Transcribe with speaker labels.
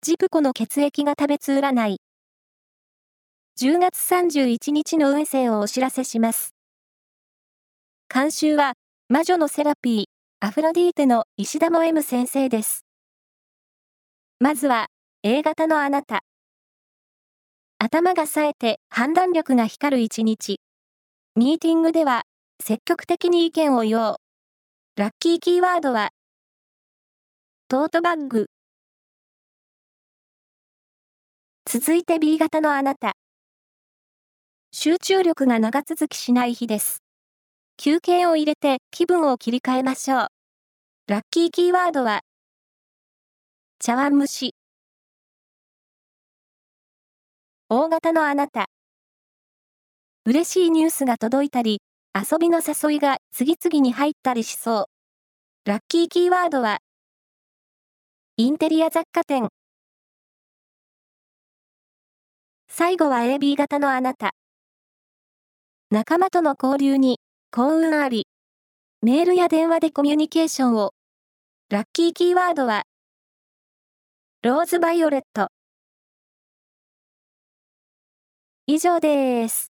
Speaker 1: ジプコの血液が食べつ占い。10月31日の運勢をお知らせします。監修は、魔女のセラピー、アフロディーテの石田も M 先生です。まずは、A 型のあなた。頭が冴えて判断力が光る一日。ミーティングでは、積極的に意見を言おう。ラッキーキーワードは、トートバッグ。続いて B 型のあなた。集中力が長続きしない日です。休憩を入れて気分を切り替えましょう。ラッキーキーワードは、茶碗蒸し。O 型のあなた。嬉しいニュースが届いたり、遊びの誘いが次々に入ったりしそう。ラッキーキーワードは、インテリア雑貨店。最後は AB 型のあなた。仲間との交流に幸運あり。メールや電話でコミュニケーションを。ラッキーキーワードは、ローズバイオレット。以上です。